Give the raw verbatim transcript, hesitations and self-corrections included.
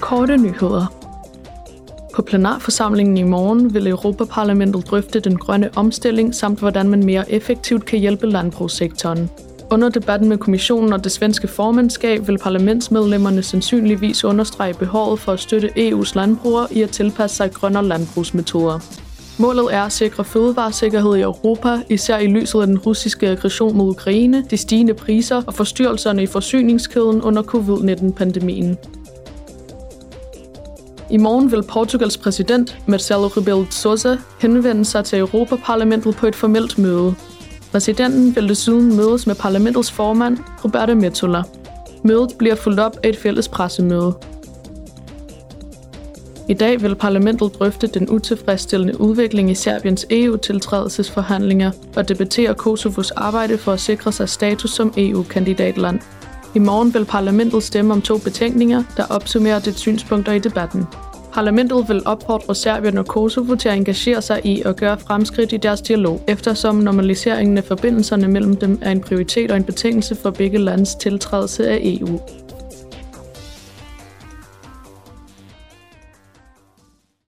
korte nyheder. På plenarforsamlingen i morgen vil Europa-Parlamentet drøfte den grønne omstilling samt hvordan man mere effektivt kan hjælpe landbrugssektoren. Under debatten med kommissionen og det svenske formandskab vil parlamentsmedlemmerne sandsynligvis understrege behovet for at støtte E U's landbrugere i at tilpasse sig grønnere landbrugsmetoder. Målet er at sikre fødevaresikkerhed i Europa, især i lyset af den russiske aggression mod Ukraine, de stigende priser og forstyrrelserne i forsyningskæden under covid nitten-pandemien. I morgen vil Portugals præsident, Marcelo Rebelo de Sousa, henvende sig til Europa-Parlamentet på et formelt møde. Præsidenten vil desuden mødes med parlamentets formand, Roberta Metsola. Mødet bliver fulgt op af et fælles pressemøde. I dag vil parlamentet drøfte den utilfredsstillende udvikling i Serbiens E U-tiltrædelsesforhandlinger og debattere Kosovos arbejde for at sikre sig status som E U-kandidatland. I morgen vil parlamentet stemme om to betænkninger, der opsummerer dets synspunkter i debatten. Parlamentet vil opfordre Serbien og Kosovo til at engagere sig i og gøre fremskridt i deres dialog, eftersom normaliseringen af forbindelserne mellem dem er en prioritet og en betingelse for begge landes tiltrædelse af E U.